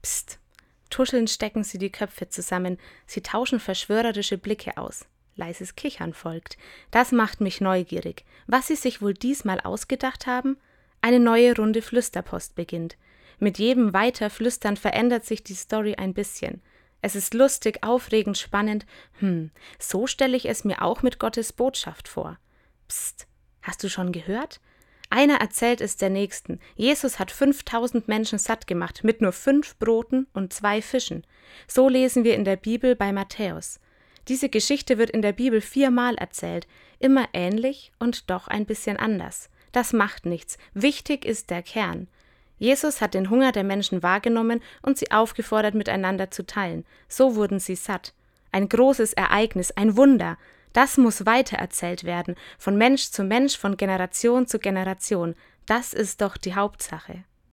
Psst. Tuschelnd stecken sie die Köpfe zusammen, sie tauschen verschwörerische Blicke aus. Leises Kichern folgt. Das macht mich neugierig. Was sie sich wohl diesmal ausgedacht haben? Eine neue Runde Flüsterpost beginnt. Mit jedem Weiterflüstern verändert sich die Story ein bisschen. Es ist lustig, aufregend, spannend. So stelle ich es mir auch mit Gottes Botschaft vor. Psst, hast du schon gehört? Einer erzählt es der Nächsten. Jesus hat 5000 Menschen satt gemacht mit nur 5 Broten und 2 Fischen. So lesen wir in der Bibel bei Matthäus. Diese Geschichte wird in der Bibel 4-mal erzählt, immer ähnlich und doch ein bisschen anders. Das macht nichts. Wichtig ist der Kern. Jesus hat den Hunger der Menschen wahrgenommen und sie aufgefordert, miteinander zu teilen. So wurden sie satt. Ein großes Ereignis, ein Wunder. Das muss weitererzählt werden, von Mensch zu Mensch, von Generation zu Generation. Das ist doch die Hauptsache.